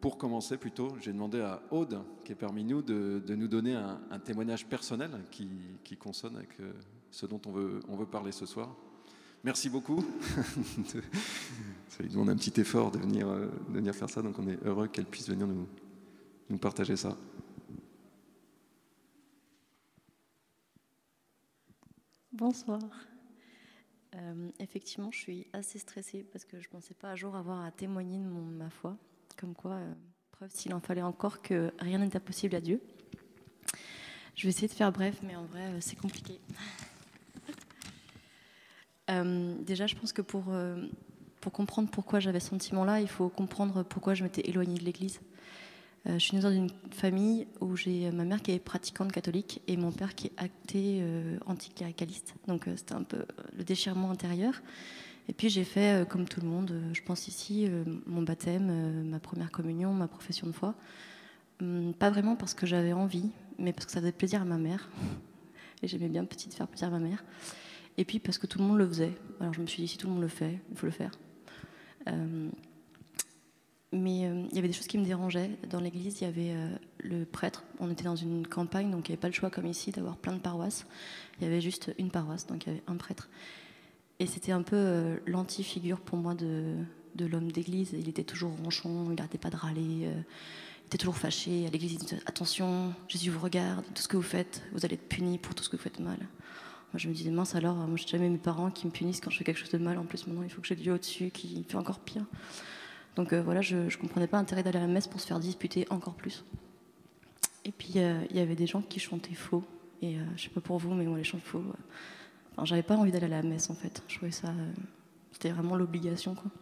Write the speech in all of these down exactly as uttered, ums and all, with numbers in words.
pour commencer plutôt, j'ai demandé à Aude, qui est parmi nous, de, de nous donner un, un témoignage personnel qui, qui consonne avec euh, ce dont on veut, on veut parler ce soir. Merci beaucoup. Ça lui demande un petit effort de venir, euh, de venir faire ça, donc on est heureux qu'elle puisse venir nous, nous partager ça. Bonsoir. Euh, effectivement, je suis assez stressée parce que je ne pensais pas un jour avoir à témoigner de mon, ma foi. Comme quoi, euh, preuve s'il en fallait encore que rien n'est impossible à Dieu. Je vais essayer de faire bref, mais en vrai, euh, c'est compliqué. euh, déjà, je pense que pour, euh, pour comprendre pourquoi j'avais ce sentiment-là, il faut comprendre pourquoi je m'étais éloignée de l'Église. Euh, je suis née dans une famille où j'ai ma mère qui est pratiquante catholique et mon père qui est athée euh, anticléricaliste. Donc euh, c'était un peu le déchirement intérieur. Et puis j'ai fait, euh, comme tout le monde, euh, je pense ici, euh, mon baptême, euh, ma première communion, ma profession de foi. Hum, pas vraiment parce que j'avais envie, mais parce que ça faisait plaisir à ma mère. Et j'aimais bien petite faire plaisir à ma mère. Et puis parce que tout le monde le faisait. Alors je me suis dit, si tout le monde le fait, il faut le faire. Euh, Mais euh, il y avait des choses qui me dérangeaient. Dans l'église, il y avait euh, le prêtre. On était dans une campagne, donc il n'y avait pas le choix, comme ici, d'avoir plein de paroisses. Il y avait juste une paroisse, donc il y avait un prêtre. Et c'était un peu euh, l'anti-figure pour moi de, de l'homme d'église. Il était toujours ronchon, il n'arrêtait pas de râler, euh, il était toujours fâché. À l'église, il disait « Attention, Jésus vous regarde, tout ce que vous faites, vous allez être punis pour tout ce que vous faites mal. » Moi, je me disais « Mince alors, moi, je n'ai jamais mes parents qui me punissent quand je fais quelque chose de mal. En plus, maintenant, il faut que j'ai Dieu au-dessus qui fait encore pire. » Donc euh, voilà, je ne comprenais pas l'intérêt d'aller à la messe pour se faire disputer encore plus. Et puis il euh, y avait des gens qui chantaient faux. Et euh, je ne sais pas pour vous, mais moi les chants faux, euh, enfin, j'avais pas envie d'aller à la messe en fait. Je trouvais ça, euh, c'était vraiment l'obligation quoi.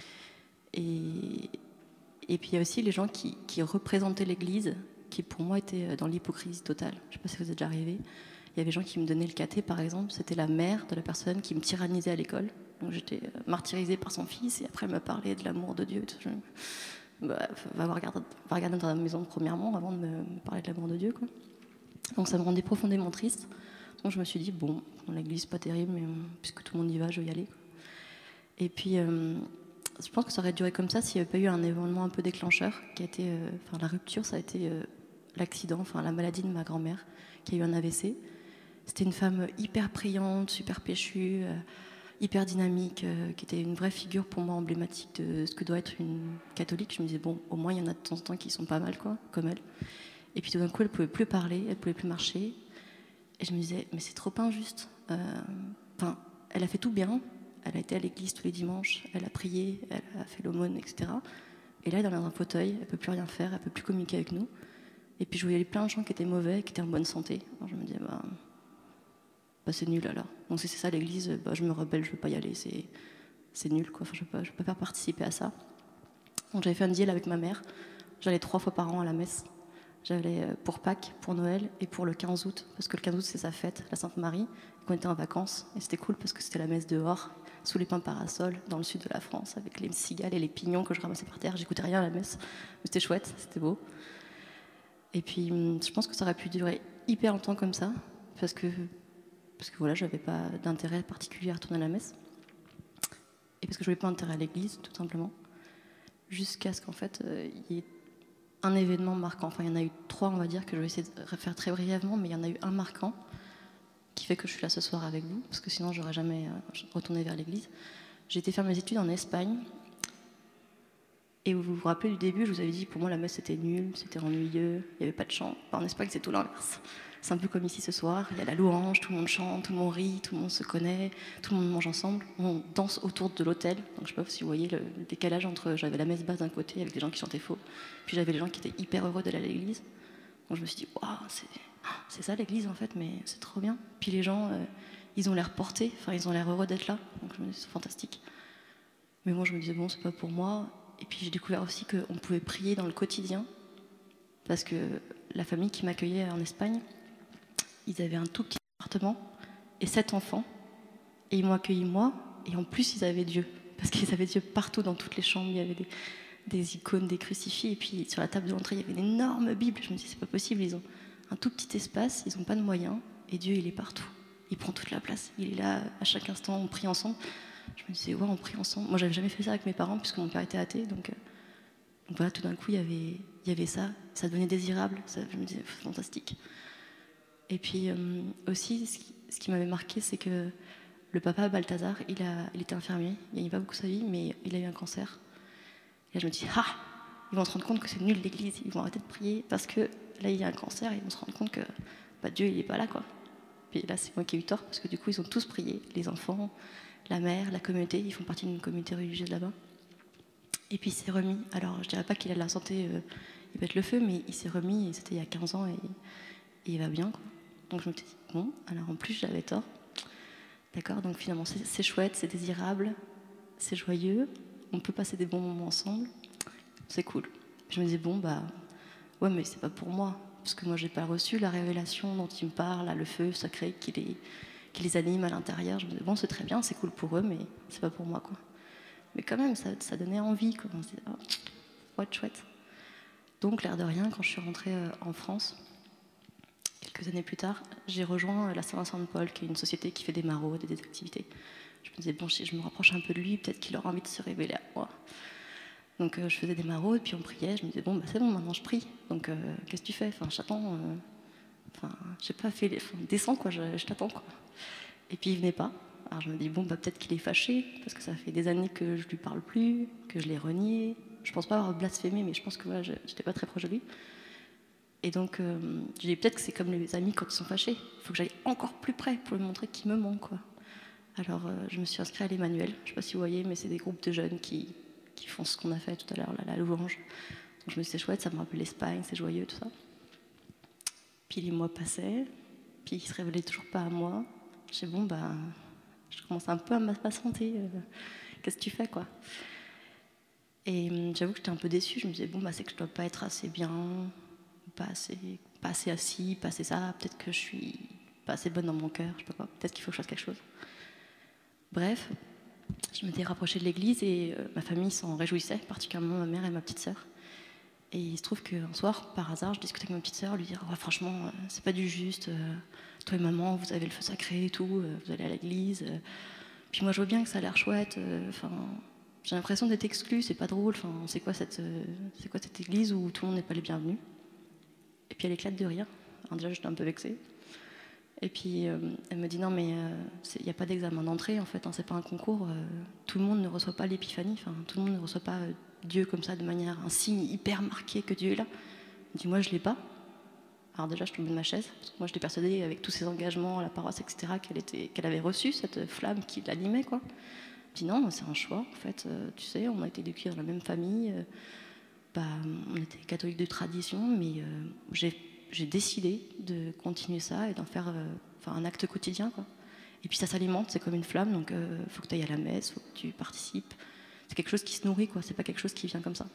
Et, et puis il y a aussi les gens qui, qui représentaient l'Église, qui pour moi étaient dans l'hypocrisie totale. Je ne sais pas si vous êtes déjà arrivés. Il y avait des gens qui me donnaient le caté par exemple, c'était la mère de la personne qui me tyrannisait à l'école. Donc j'étais martyrisée par son fils et après elle me parlait de l'amour de Dieu. Je... Bah, va, regarder, va regarder dans la maison premièrement avant de me, me parler de l'amour de Dieu. Quoi. Donc ça me rendait profondément triste. Donc je me suis dit, bon, l'église c'est pas terrible, mais puisque tout le monde y va, je vais y aller. Quoi. Et puis euh, je pense que ça aurait duré comme ça s'il n'y avait pas eu un événement un peu déclencheur, qui a été, euh, enfin la rupture, ça a été euh, l'accident, enfin la maladie de ma grand-mère, qui a eu un A V C. C'était une femme hyper priante, super péchue, euh, hyper dynamique, euh, qui était une vraie figure pour moi emblématique de ce que doit être une catholique. Je me disais, bon, au moins, il y en a de temps en temps qui sont pas mal, quoi, comme elle. Et puis tout d'un coup, elle ne pouvait plus parler, elle ne pouvait plus marcher. Et je me disais, mais c'est trop injuste. Enfin, euh, elle a fait tout bien. Elle a été à l'église tous les dimanches, elle a prié, elle a fait l'aumône, et cetera. Et là, elle est dans un fauteuil, elle ne peut plus rien faire, elle ne peut plus communiquer avec nous. Et puis je voyais plein de gens qui étaient mauvais, qui étaient en bonne santé. Alors je me disais, bah... Bah, c'est nul alors. Donc si c'est ça l'église, bah, je me rebelle, je ne veux pas y aller, c'est, c'est nul quoi. Enfin, je ne peux, peux pas participer à ça. Donc j'avais fait un deal avec ma mère, j'allais trois fois par an à la messe. J'allais pour Pâques, pour Noël et pour le quinze août, parce que le quinze août c'est sa fête, la Sainte Marie, et qu'on était en vacances. Et c'était cool parce que c'était la messe dehors, sous les pins parasols, dans le sud de la France, avec les cigales et les pignons que je ramassais par terre. J'écoutais rien à la messe, mais c'était chouette, c'était beau. Et puis je pense que ça aurait pu durer hyper longtemps comme ça, parce que parce que voilà, je n'avais pas d'intérêt particulier à retourner à la messe. Et parce que je n'avais pas intérêt à l'église, tout simplement. Jusqu'à ce qu'en fait, euh, il y ait un événement marquant. Enfin, il y en a eu trois, on va dire, que je vais essayer de faire très brièvement, mais il y en a eu un marquant qui fait que je suis là ce soir avec vous, parce que sinon, je n'aurais jamais euh, retourné vers l'église. J'ai été faire mes études en Espagne. Et vous vous rappelez du début, je vous avais dit, pour moi, la messe, c'était nul, c'était ennuyeux, il n'y avait pas de chant. Enfin, en Espagne, c'est tout l'inverse. C'est un peu comme ici ce soir, il y a la louange, tout le monde chante, tout le monde rit, tout le monde se connaît, tout le monde mange ensemble, on danse autour de l'autel. Donc je sais pas si vous voyez le décalage entre, j'avais la messe basse d'un côté avec des gens qui chantaient faux, puis j'avais les gens qui étaient hyper heureux d'aller à l'église. Donc je me suis dit, waouh, c'est, c'est ça l'église en fait, mais c'est trop bien. Puis les gens, euh, ils ont l'air portés, enfin ils ont l'air heureux d'être là, donc je me dis, c'est fantastique. Mais moi je me disais, bon, c'est pas pour moi. Et puis j'ai découvert aussi qu'on pouvait prier dans le quotidien, parce que la famille qui m'accueillait en Espagne, ils avaient un tout petit appartement et sept enfants. Et ils m'ont accueilli moi. Et en plus, ils avaient Dieu. Parce qu'ils avaient Dieu partout dans toutes les chambres. Il y avait des, des icônes, des crucifix. Et puis sur la table de l'entrée, il y avait une énorme Bible. Je me dis, c'est pas possible. Ils ont un tout petit espace. Ils n'ont pas de moyens. Et Dieu, il est partout. Il prend toute la place. Il est là à chaque instant. On prie ensemble. Je me disais, ouais, on prie ensemble. Moi, j'avais jamais fait ça avec mes parents puisque mon père était athée. Donc, euh, Donc voilà, tout d'un coup, il y avait, il y avait ça, ça devenait désirable, ça, je me disais, fantastique. Et puis euh, aussi, ce qui, ce qui m'avait marqué, c'est que le papa, Balthazar, il, a, il était infirmier, il gagnait pas beaucoup sa vie, mais il a eu un cancer. Et là, je me dis, ah, ils vont se rendre compte que c'est nul l'église, ils vont arrêter de prier, parce que là, il y a un cancer, et ils vont se rendre compte que bah, Dieu, il n'est pas là, quoi. Puis là, c'est moi qui ai eu tort, parce que du coup, ils ont tous prié, les enfants, la mère, la communauté, ils font partie d'une communauté religieuse là-bas. Et puis il s'est remis, alors je dirais pas qu'il a de la santé, euh, il pète le feu, mais il s'est remis, et c'était il y a quinze ans, et, et il va bien, quoi. Donc je me suis dit, bon, alors en plus j'avais tort. D'accord, donc finalement c'est, c'est chouette, c'est désirable, c'est joyeux, on peut passer des bons moments ensemble, c'est cool. Je me disais, bon, bah, ouais, mais c'est pas pour moi, parce que moi j'ai pas reçu la révélation dont il me parle, là, le feu sacré qui les, qui les anime à l'intérieur. Je me disais, bon, c'est très bien, c'est cool pour eux, mais c'est pas pour moi, quoi. Mais quand même, ça, ça donnait envie, quoi. On se disait, oh, ouais, chouette. Donc, l'air de rien, quand je suis rentrée euh, en France, quelques années plus tard, j'ai rejoint la Saint-Vincent-de-Paul, qui est une société qui fait des maraudes et des activités. Je me disais, bon, si je me rapproche un peu de lui, peut-être qu'il aura envie de se révéler à moi. Donc euh, je faisais des maraudes, puis on priait, je me disais, bon, bah, c'est bon, maintenant je prie. Donc euh, qu'est-ce que tu fais? Enfin, j'attends, euh, enfin, je sais pas, fais les... enfin, descends, quoi, je, je t'attends, quoi. Et puis il venait pas. Alors je me dis, bon, bah, peut-être qu'il est fâché, parce que ça fait des années que je lui parle plus, que je l'ai renié. Je pense pas avoir blasphémé, mais je pense que voilà, je n'étais pas très proche de lui. Et donc, euh, je dis peut-être que c'est comme les amis quand ils sont fâchés. Il faut que j'aille encore plus près pour lui montrer qu'il me manque, quoi. Alors, euh, je me suis inscrite à l'Emmanuel. Je ne sais pas si vous voyez, mais c'est des groupes de jeunes qui, qui font ce qu'on a fait tout à l'heure, là, la louange. Donc, je me suis dit, c'est chouette, ça me rappelle l'Espagne, c'est joyeux, tout ça. Puis les mois passaient, puis il ne se révélait toujours pas à moi. Je dis, bon, bah, je commence un peu à m'impatienter. Euh, qu'est-ce que tu fais, quoi? Et euh, j'avoue que j'étais un peu déçue. Je me disais, bon, bah, c'est que je ne dois pas être assez bien, pas assez, pas assez assis, pas assez ça. Peut-être que je suis pas assez bonne dans mon cœur, je sais pas quoi. Peut-être qu'il faut que je fasse quelque chose. Bref, je m'étais rapprochée de l'église et euh, ma famille s'en réjouissait, particulièrement ma mère et ma petite sœur. Et il se trouve qu'un soir, par hasard, je discutais avec ma petite sœur, lui dire, oh, franchement, euh, c'est pas du juste, euh, toi et maman, vous avez le feu sacré et tout, euh, vous allez à l'église. Euh, puis moi, je vois bien que ça a l'air chouette. Enfin, euh, j'ai l'impression d'être exclue, c'est pas drôle. Enfin, c'est quoi cette, euh, c'est quoi cette église où tout le monde n'est pas les bienvenus? Et puis elle éclate de rire. Alors déjà, j'étais un peu vexée. Et puis euh, elle me dit non mais il euh, n'y a pas d'examen d'entrée en fait, hein, c'est pas un concours, euh, tout le monde ne reçoit pas l'épiphanie, enfin tout le monde ne reçoit pas euh, Dieu comme ça de manière, un signe hyper marqué que Dieu est là. Elle me dit moi je l'ai pas. Alors déjà je tombe de ma chaise, parce que moi je l'ai persuadée avec tous ses engagements à la paroisse, et cetera, qu'elle, était, qu'elle avait reçu cette flamme qui l'animait, quoi. Elle me dit non, c'est un choix en fait, euh, tu sais, on a été éduqués dans la même famille, euh, bah, on était catholiques de tradition, mais euh, j'ai j'ai décidé de continuer ça et d'en faire euh, enfin, un acte quotidien, quoi. Et puis ça s'alimente, c'est comme une flamme, donc il euh, faut que tu ailles à la messe, faut que tu participes. C'est quelque chose qui se nourrit, quoi. C'est pas quelque chose qui vient comme ça.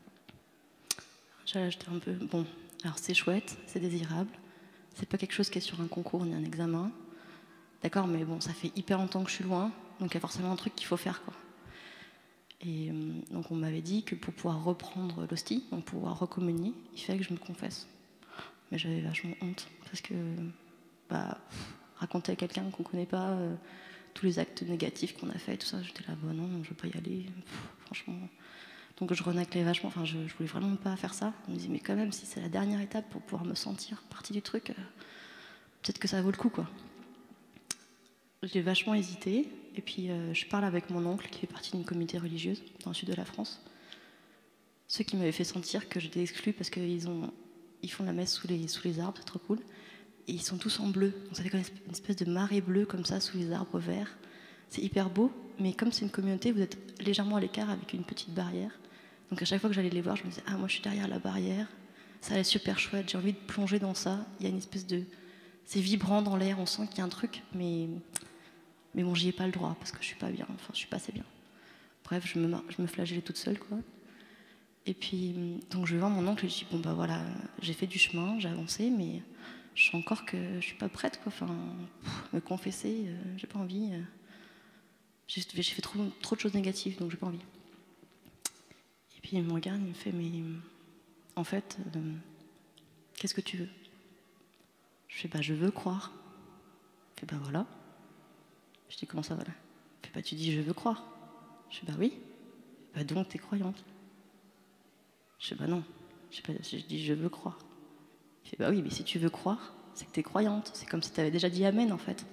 J'étais un peu, bon, alors c'est chouette, c'est désirable, c'est pas quelque chose qui est sur un concours ni un examen, d'accord, mais bon, ça fait hyper longtemps que je suis loin, donc il y a forcément un truc qu'il faut faire, quoi. Et euh, donc on m'avait dit que pour pouvoir reprendre l'hostie, donc pouvoir recommunier, il fallait que je me confesse. Mais j'avais vachement honte, parce que bah, raconter à quelqu'un qu'on ne connaît pas euh, tous les actes négatifs qu'on a fait, tout ça, j'étais là, bah non, je ne veux pas y aller, pff, franchement. Donc je renaclais vachement, enfin je, je voulais vraiment pas faire ça. Je me disais, mais quand même, si c'est la dernière étape pour pouvoir me sentir partie du truc, euh, peut-être que ça vaut le coup, quoi. J'ai vachement hésité, et puis euh, je parle avec mon oncle qui fait partie d'une communauté religieuse dans le sud de la France. Ceux qui m'avaient fait sentir que j'étais exclue parce qu'ils ont ils font la messe sous les, sous les arbres, c'est trop cool. Et ils sont tous en bleu. Donc ça fait comme une espèce de marée bleue comme ça sous les arbres verts. C'est hyper beau, mais comme c'est une communauté, vous êtes légèrement à l'écart avec une petite barrière. Donc à chaque fois que j'allais les voir, je me disais, ah moi je suis derrière la barrière, ça a l'air super chouette, j'ai envie de plonger dans ça. Il y a une espèce de... C'est vibrant dans l'air, on sent qu'il y a un truc, mais, mais bon, j'y ai pas le droit parce que je suis pas bien, enfin je suis pas assez bien. Bref, je me, je me flagellais toute seule, quoi. Et puis, donc je vais voir mon oncle et je dis, bon bah voilà, j'ai fait du chemin, j'ai avancé, mais je sens encore que je suis pas prête, quoi. Enfin, pff, me confesser, euh, j'ai pas envie. Euh, j'ai, j'ai fait trop, trop de choses négatives, donc j'ai pas envie. Et puis il me regarde, il me fait, mais en fait, euh, qu'est-ce que tu veux? Je fais, bah je veux croire. Il fait, bah voilà. Je dis, comment ça, voilà? Il fait, bah tu dis, je veux croire. Je fais, bah oui. Bah donc t'es croyante. Je fais bah non. Je, pas, je dis je veux croire. Il fait bah oui, mais si tu veux croire, c'est que tu es croyante. C'est comme si tu avais déjà dit amen en fait.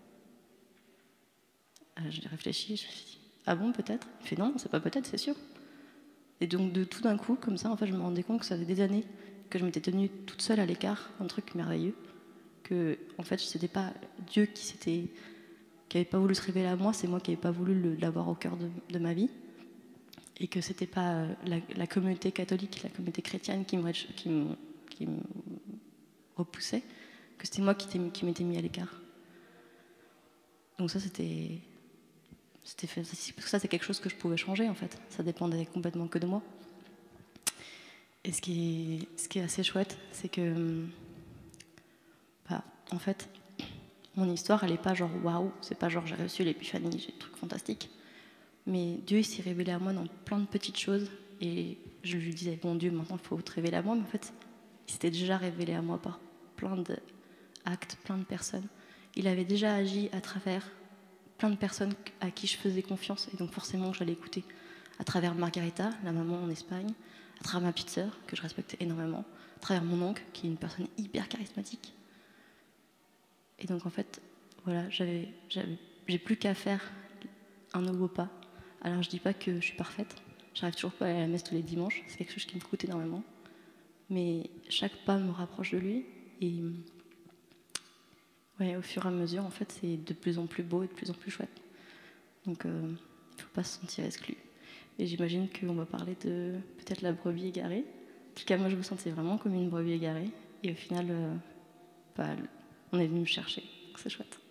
Euh, je l'ai réfléchi, je me suis dit ah bon peut-être. Il fait non, c'est pas peut-être, c'est sûr. Et donc de tout d'un coup, comme ça, en fait, je me rendais compte que ça faisait des années que je m'étais tenue toute seule à l'écart, un truc merveilleux. Que en fait, c'était pas Dieu qui s'était, qui avait pas voulu se révéler à moi, c'est moi qui n'avais pas voulu l'avoir au cœur de, de ma vie. Et que c'était pas la, la communauté catholique, la communauté chrétienne qui me, qui me, qui me repoussait, que c'était moi qui, qui m'étais mis à l'écart. Donc ça, c'était, c'était fait, parce que ça, c'est quelque chose que je pouvais changer en fait. Ça dépendait complètement que de moi. Et ce qui est, ce qui est assez chouette, c'est que, bah, en fait, mon histoire, elle est pas genre waouh, c'est pas genre j'ai reçu l'épiphanie, j'ai des trucs fantastiques. Mais Dieu il s'est révélé à moi dans plein de petites choses et je lui disais bon Dieu maintenant il faut te révéler à moi, mais en fait il s'était déjà révélé à moi par plein d'actes, plein de personnes. Il avait déjà agi à travers plein de personnes à qui je faisais confiance et donc forcément j'allais écouter. À travers Margarita, la maman en Espagne, à travers ma petite sœur que je respectais énormément, à travers mon oncle qui est une personne hyper charismatique. Et donc en fait voilà, j'avais, j'avais, j'ai plus qu'à faire un nouveau pas. Alors je dis pas que je suis parfaite, j'arrive toujours pas à aller à la messe tous les dimanches, c'est quelque chose qui me coûte énormément. Mais chaque pas me rapproche de lui et ouais, au fur et à mesure, en fait, c'est de plus en plus beau et de plus en plus chouette. Donc euh, il ne faut pas se sentir exclu. Et j'imagine qu'on va parler de peut-être la brebis égarée. En tout cas, moi je me sentais vraiment comme une brebis égarée. Et au final, euh, bah, on est venu me chercher. Donc c'est chouette.